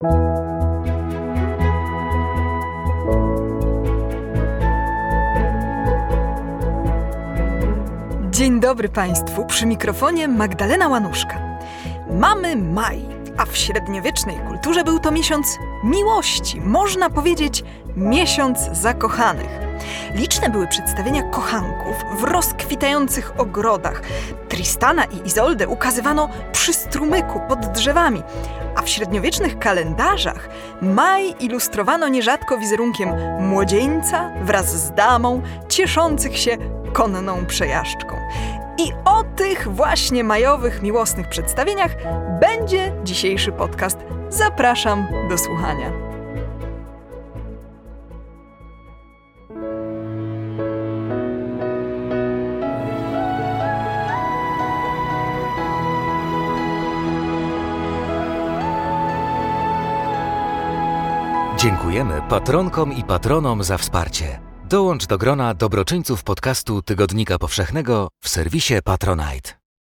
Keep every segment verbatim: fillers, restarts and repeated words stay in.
Dzień dobry Państwu, przy mikrofonie Magdalena Łanuszka. Mamy maj, a w średniowiecznej kulturze był to miesiąc miłości, można powiedzieć miesiąc zakochanych. Liczne były przedstawienia kochanków w rozkwitających ogrodach. Tristana i Izoldę ukazywano przy strumyku pod drzewami, a w średniowiecznych kalendarzach maj ilustrowano nierzadko wizerunkiem młodzieńca wraz z damą cieszących się konną przejażdżką. I o tych właśnie majowych, miłosnych przedstawieniach będzie dzisiejszy podcast. Zapraszam do słuchania. Dziękujemy patronkom i patronom za wsparcie. Dołącz do grona dobroczyńców podcastu Tygodnika Powszechnego w serwisie Patronite.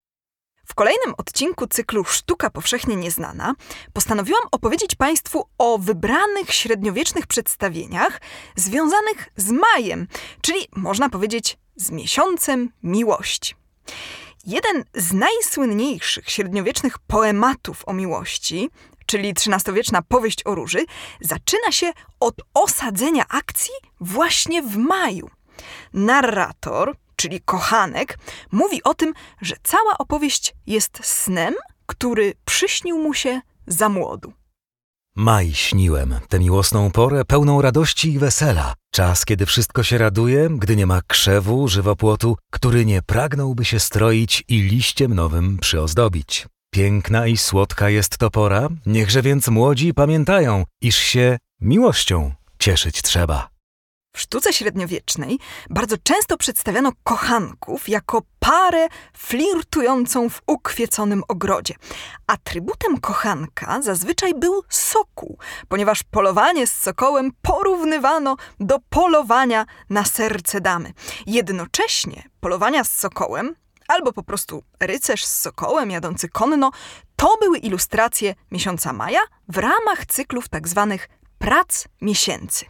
W kolejnym odcinku cyklu Sztuka Powszechnie Nieznana postanowiłam opowiedzieć Państwu o wybranych średniowiecznych przedstawieniach związanych z majem, czyli można powiedzieć z miesiącem miłości. Jeden z najsłynniejszych średniowiecznych poematów o miłości, czyli trzynastowieczna powieść o róży, zaczyna się od osadzenia akcji właśnie w maju. Narrator, czyli kochanek, mówi o tym, że cała opowieść jest snem, który przyśnił mu się za młodu. Maj śniłem, tę miłosną porę pełną radości i wesela. Czas, kiedy wszystko się raduje, gdy nie ma krzewu, żywopłotu, który nie pragnąłby się stroić i liściem nowym przyozdobić. Piękna i słodka jest to pora, niechże więc młodzi pamiętają, iż się miłością cieszyć trzeba. W sztuce średniowiecznej bardzo często przedstawiano kochanków jako parę flirtującą w ukwieconym ogrodzie. Atrybutem kochanka zazwyczaj był sokół, ponieważ polowanie z sokołem porównywano do polowania na serce damy. Jednocześnie polowania z sokołem albo po prostu rycerz z sokołem jadący konno, to były ilustracje miesiąca maja w ramach cyklów tzw. prac miesięcy.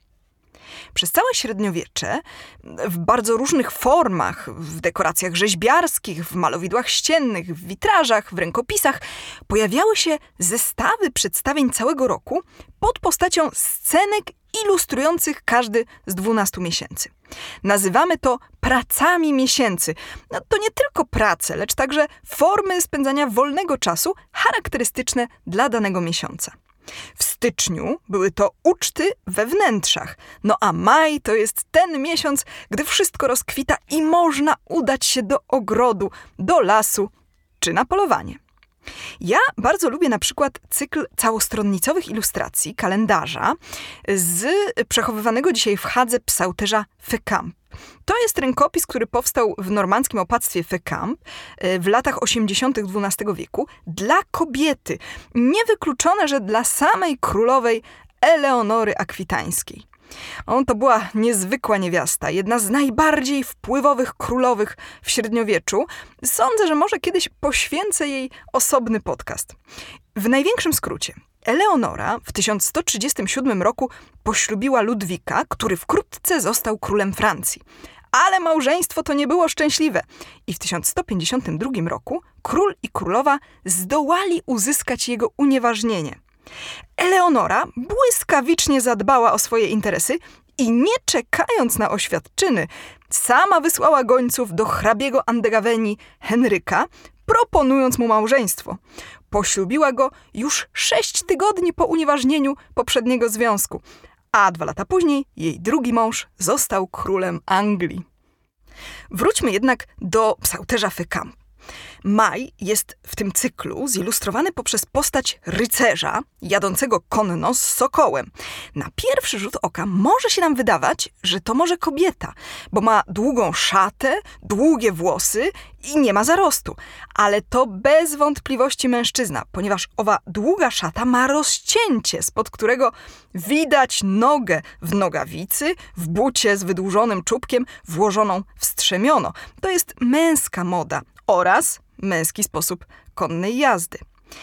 Przez całe średniowiecze, w bardzo różnych formach, w dekoracjach rzeźbiarskich, w malowidłach ściennych, w witrażach, w rękopisach, pojawiały się zestawy przedstawień całego roku pod postacią scenek ilustrujących każdy z dwunastu miesięcy. Nazywamy to pracami miesięcy. No, to nie tylko prace, lecz także formy spędzania wolnego czasu charakterystyczne dla danego miesiąca. W styczniu były to uczty we wnętrzach, no a maj to jest ten miesiąc, gdy wszystko rozkwita i można udać się do ogrodu, do lasu czy na polowanie. Ja bardzo lubię na przykład cykl całostronnicowych ilustracji kalendarza z przechowywanego dzisiaj w Hadze psałterza Fécamp. To jest rękopis, który powstał w normandzkim opactwie Fécamp w latach osiemdziesiątych dwunastego wieku dla kobiety. Niewykluczone, że dla samej królowej Eleonory Akwitańskiej. On to była niezwykła niewiasta, jedna z najbardziej wpływowych królowych w średniowieczu. Sądzę, że może kiedyś poświęcę jej osobny podcast. W największym skrócie, Eleonora w tysiąc sto trzydziestym siódmym roku poślubiła Ludwika, który wkrótce został królem Francji. Ale małżeństwo to nie było szczęśliwe i w tysiąc sto pięćdziesiątym drugim roku król i królowa zdołali uzyskać jego unieważnienie. Eleonora błyskawicznie zadbała o swoje interesy i nie czekając na oświadczyny, sama wysłała gońców do hrabiego Angevini Henryka, proponując mu małżeństwo. Poślubiła go już sześć tygodni po unieważnieniu poprzedniego związku, a dwa lata później jej drugi mąż został królem Anglii. Wróćmy jednak do psałterza Fécamp. Maj jest w tym cyklu zilustrowany poprzez postać rycerza jadącego konno z sokołem. Na pierwszy rzut oka może się nam wydawać, że to może kobieta, bo ma długą szatę, długie włosy i nie ma zarostu. Ale to bez wątpliwości mężczyzna, ponieważ owa długa szata ma rozcięcie, spod którego widać nogę w nogawicy, w bucie z wydłużonym czubkiem włożoną w strzemiono. To jest męska moda oraz męski sposób konnej jazdy.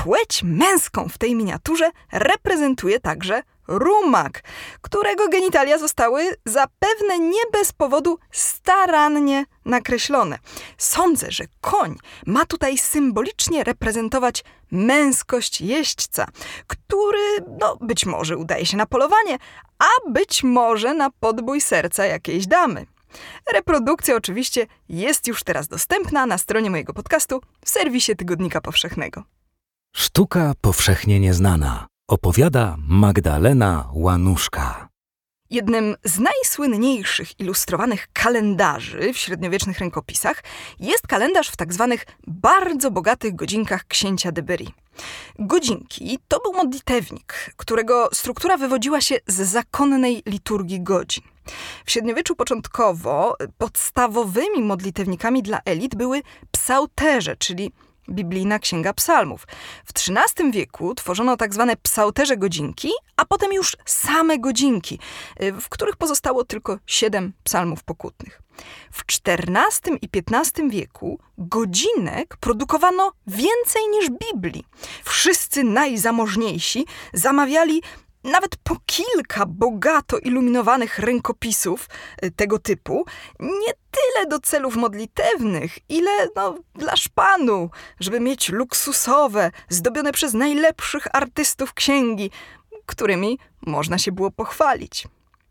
Płeć męską w tej miniaturze reprezentuje także rumak, którego genitalia zostały zapewne nie bez powodu starannie nakreślone. Sądzę, że koń ma tutaj symbolicznie reprezentować męskość jeźdźca, który, no, być może udaje się na polowanie, a być może na podbój serca jakiejś damy. Reprodukcja oczywiście jest już teraz dostępna na stronie mojego podcastu w serwisie Tygodnika Powszechnego. Sztuka powszechnie nieznana. Opowiada Magdalena Łanuszka. Jednym z najsłynniejszych ilustrowanych kalendarzy w średniowiecznych rękopisach jest kalendarz w tak zwanych bardzo bogatych godzinkach księcia de Berry. Godzinki to był modlitewnik, którego struktura wywodziła się z zakonnej liturgii godzin. W średniowieczu początkowo podstawowymi modlitewnikami dla elit były psałterze, czyli biblijna księga psalmów. W trzynastym wieku tworzono tak zwane psałterze godzinki, a potem już same godzinki, w których pozostało tylko siedem psalmów pokutnych. W czternastym i piętnastym wieku godzinek produkowano więcej niż Biblii. Wszyscy najzamożniejsi zamawiali nawet po kilka bogato iluminowanych rękopisów tego typu, nie tyle do celów modlitewnych, ile no, dla szpanu, żeby mieć luksusowe, zdobione przez najlepszych artystów księgi, którymi można się było pochwalić.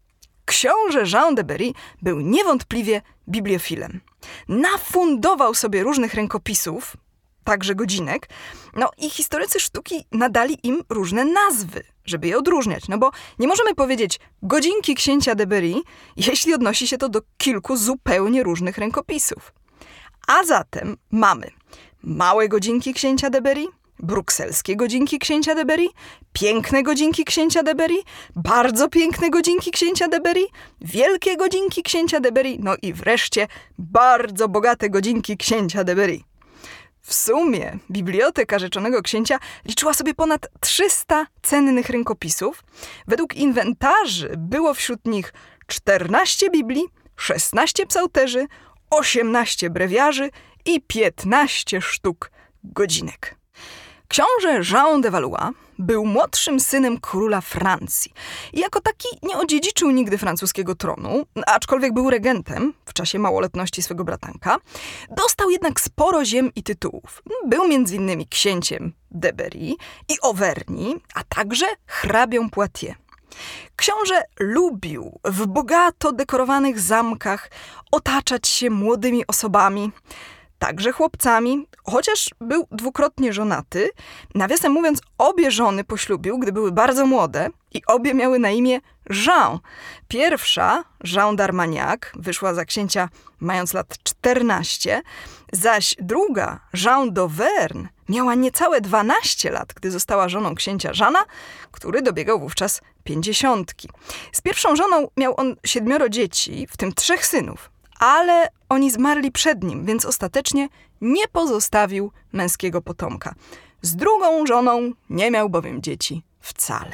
Książę Jean de Berry był niewątpliwie bibliofilem. Nafundował sobie różnych rękopisów, także godzinek, no i historycy sztuki nadali im różne nazwy, żeby je odróżniać, no bo nie możemy powiedzieć godzinki księcia de Berry, jeśli odnosi się to do kilku zupełnie różnych rękopisów. A zatem mamy małe godzinki księcia de Berry, brukselskie godzinki księcia de Berry, piękne godzinki księcia de Berry, bardzo piękne godzinki księcia de Berry, wielkie godzinki księcia de Berry, no i wreszcie bardzo bogate godzinki księcia de Berry. W sumie biblioteka rzeczonego księcia liczyła sobie ponad trzysta cennych rękopisów. Według inwentarzy było wśród nich czternaście Biblii, szesnaście psałterzy, osiemnaście brewiarzy i piętnaście sztuk godzinek. Książę Jean de Valois był młodszym synem króla Francji i jako taki nie odziedziczył nigdy francuskiego tronu, aczkolwiek był regentem w czasie małoletności swego bratanka. Dostał jednak sporo ziem i tytułów. Był między innymi księciem de Berry i Auvergne, a także hrabią Poitiers. Książę lubił w bogato dekorowanych zamkach otaczać się młodymi osobami, także chłopcami, chociaż był dwukrotnie żonaty. Nawiasem mówiąc, obie żony poślubił, gdy były bardzo młode i obie miały na imię Jean. Pierwsza, Jean d'Armagnac, wyszła za księcia mając lat czternaście, zaś druga, Jean d'Auvergne, miała niecałe dwanaście lat, gdy została żoną księcia Jeana, który dobiegał wówczas pięćdziesiątki. Z pierwszą żoną miał on siedmioro dzieci, w tym trzech synów. Ale oni zmarli przed nim, więc ostatecznie nie pozostawił męskiego potomka. Z drugą żoną nie miał bowiem dzieci wcale.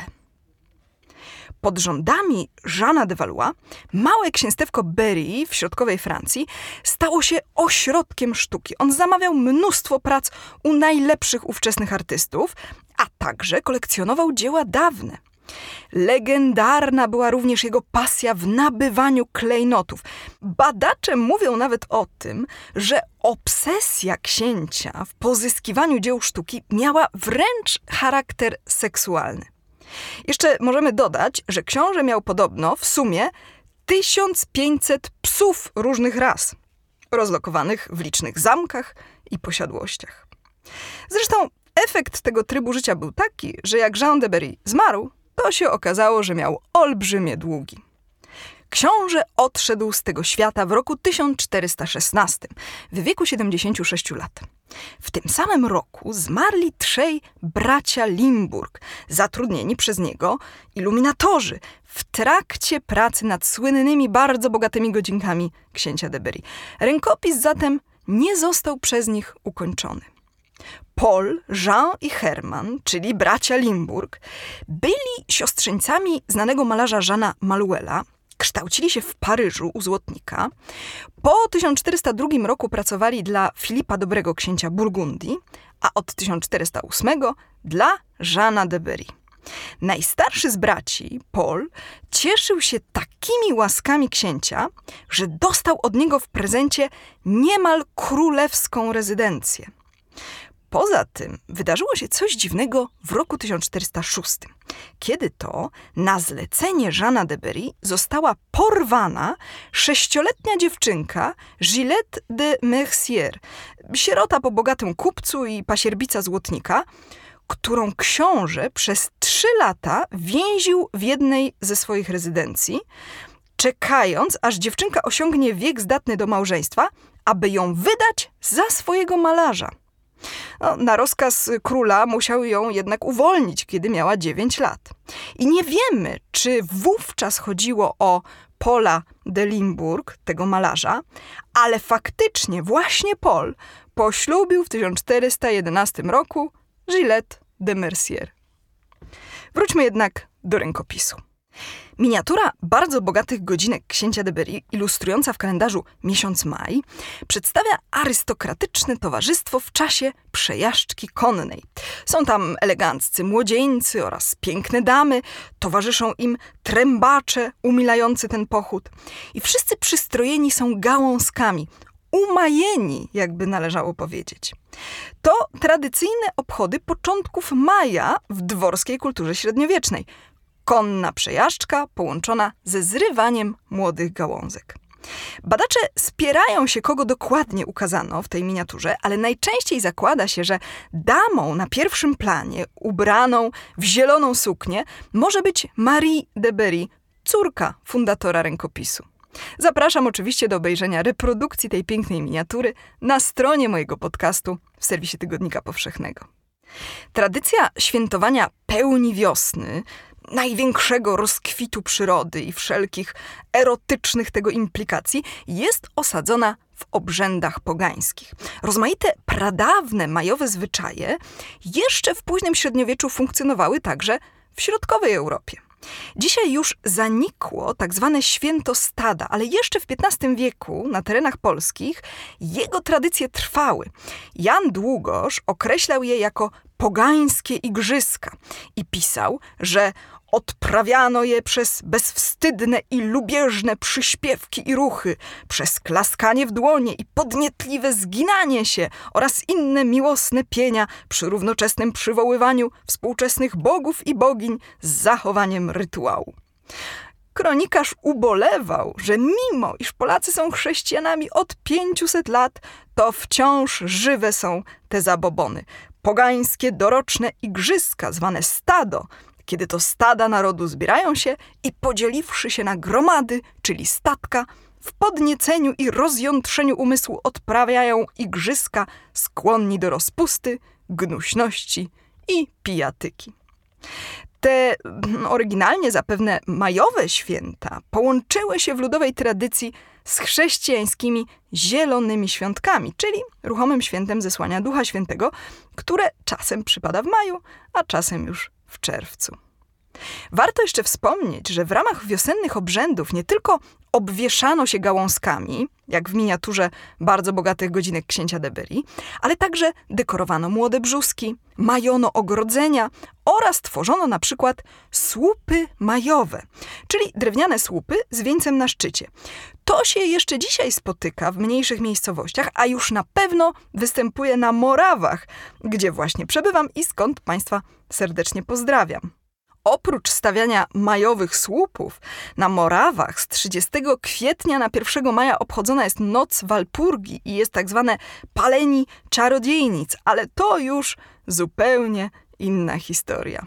Pod rządami Jeana de Valois małe księstewko Berry w środkowej Francji stało się ośrodkiem sztuki. On zamawiał mnóstwo prac u najlepszych ówczesnych artystów, a także kolekcjonował dzieła dawne. Legendarna była również jego pasja w nabywaniu klejnotów. Badacze mówią nawet o tym, że obsesja księcia w pozyskiwaniu dzieł sztuki miała wręcz charakter seksualny. Jeszcze możemy dodać, że książę miał podobno w sumie tysiąc pięćset psów różnych ras, rozlokowanych w licznych zamkach i posiadłościach. Zresztą efekt tego trybu życia był taki, że jak Jean de Berry zmarł, to się okazało, że miał olbrzymie długi. Książę odszedł z tego świata w roku tysiąc czterysta szesnastym, w wieku siedemdziesięciu sześciu lat. W tym samym roku zmarli trzej bracia Limburg, zatrudnieni przez niego iluminatorzy w trakcie pracy nad słynnymi, bardzo bogatymi godzinkami księcia de Berry. Rękopis zatem nie został przez nich ukończony. Paul, Jean i Hermann, czyli bracia Limburg, byli siostrzeńcami znanego malarza Jeana Maluela, kształcili się w Paryżu u złotnika. Po tysiąc czterysta drugim roku pracowali dla Filipa Dobrego, księcia Burgundii, a od tysiąc czterysta ósmego dla Jeana de Berry. Najstarszy z braci, Paul, cieszył się takimi łaskami księcia, że dostał od niego w prezencie niemal królewską rezydencję. Poza tym wydarzyło się coś dziwnego w roku tysiąc czterysta szóstym, kiedy to na zlecenie Jeana de Berry została porwana sześcioletnia dziewczynka Gillette de Mercier, sierota po bogatym kupcu i pasierbica złotnika, którą książę przez trzy lata więził w jednej ze swoich rezydencji, czekając, aż dziewczynka osiągnie wiek zdatny do małżeństwa, aby ją wydać za swojego malarza. No, na rozkaz króla musiał ją jednak uwolnić, kiedy miała dziewięć lat. I nie wiemy, czy wówczas chodziło o Paula de Limburg, tego malarza, ale faktycznie właśnie Paul poślubił w tysiąc czterysta jedenastym roku Gillette de Mercier. Wróćmy jednak do rękopisu. Miniatura bardzo bogatych godzinek księcia de Berry, ilustrująca w kalendarzu miesiąc maj, przedstawia arystokratyczne towarzystwo w czasie przejażdżki konnej. Są tam eleganccy młodzieńcy oraz piękne damy, towarzyszą im trębacze umilający ten pochód. I wszyscy przystrojeni są gałązkami, umajeni, jakby należało powiedzieć. To tradycyjne obchody początków maja w dworskiej kulturze średniowiecznej. Konna przejażdżka połączona ze zrywaniem młodych gałązek. Badacze spierają się, kogo dokładnie ukazano w tej miniaturze, ale najczęściej zakłada się, że damą na pierwszym planie, ubraną w zieloną suknię, może być Marie de Berry, córka fundatora rękopisu. Zapraszam oczywiście do obejrzenia reprodukcji tej pięknej miniatury na stronie mojego podcastu w serwisie Tygodnika Powszechnego. Tradycja świętowania pełni wiosny, największego rozkwitu przyrody i wszelkich erotycznych tego implikacji jest osadzona w obrzędach pogańskich. Rozmaite pradawne majowe zwyczaje jeszcze w późnym średniowieczu funkcjonowały także w środkowej Europie. Dzisiaj już zanikło tak zwane święto stada, ale jeszcze w piętnastym wieku na terenach polskich jego tradycje trwały. Jan Długosz określał je jako pogańskie igrzyska i pisał, że odprawiano je przez bezwstydne i lubieżne przyśpiewki i ruchy, przez klaskanie w dłonie i podnietliwe zginanie się oraz inne miłosne pienia przy równoczesnym przywoływaniu współczesnych bogów i bogiń z zachowaniem rytuału. Kronikarz ubolewał, że mimo iż Polacy są chrześcijanami od pięciuset lat, to wciąż żywe są te zabobony. Pogańskie doroczne igrzyska, zwane stado, kiedy to stada narodu zbierają się i podzieliwszy się na gromady, czyli statka, w podnieceniu i rozjątrzeniu umysłu odprawiają igrzyska skłonni do rozpusty, gnuśności i pijatyki. Te oryginalnie zapewne majowe święta połączyły się w ludowej tradycji z chrześcijańskimi zielonymi świątkami, czyli ruchomym świętem zesłania Ducha Świętego, które czasem przypada w maju, a czasem już w czerwcu. Warto jeszcze wspomnieć, że w ramach wiosennych obrzędów nie tylko obwieszano się gałązkami, jak w miniaturze bardzo bogatych godzinek księcia de Berry, ale także dekorowano młode brzuski, majono ogrodzenia oraz tworzono na przykład słupy majowe, czyli drewniane słupy z wieńcem na szczycie. To się jeszcze dzisiaj spotyka w mniejszych miejscowościach, a już na pewno występuje na Morawach, gdzie właśnie przebywam i skąd Państwa serdecznie pozdrawiam. Oprócz stawiania majowych słupów, na Morawach z trzydziestego kwietnia na pierwszego maja obchodzona jest Noc Walpurgi i jest tak zwane paleni czarodziejnic, ale to już zupełnie inna historia.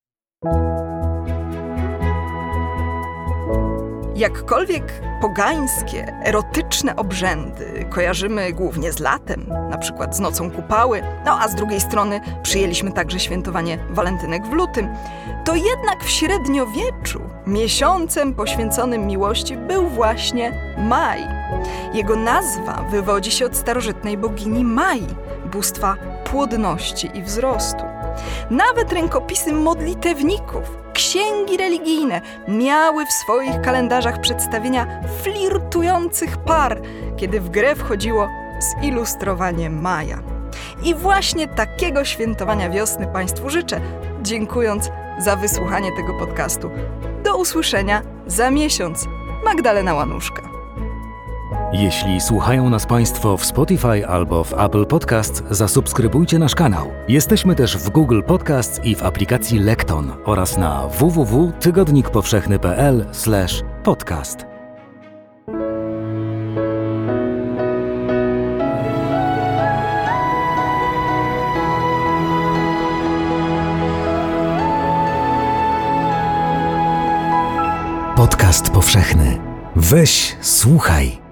Jakkolwiek pogańskie, erotyczne obrzędy kojarzymy głównie z latem, na przykład z nocą Kupały, no a z drugiej strony przyjęliśmy także świętowanie walentynek w lutym, to jednak w średniowieczu miesiącem poświęconym miłości był właśnie maj. Jego nazwa wywodzi się od starożytnej bogini Mai, bóstwa płodności i wzrostu. Nawet rękopisy modlitewników, księgi religijne miały w swoich kalendarzach przedstawienia flirtujących par, kiedy w grę wchodziło zilustrowanie maja. I właśnie takiego świętowania wiosny Państwu życzę, dziękując za wysłuchanie tego podcastu. Do usłyszenia za miesiąc. Magdalena Łanuszka. Jeśli słuchają nas Państwo w Spotify albo w Apple Podcasts, zasubskrybujcie nasz kanał. Jesteśmy też w Google Podcasts i w aplikacji Lekton oraz na w w w kropka tygodnik powszechny kropka p l slash podcast. Podcast powszechny. Weź, słuchaj.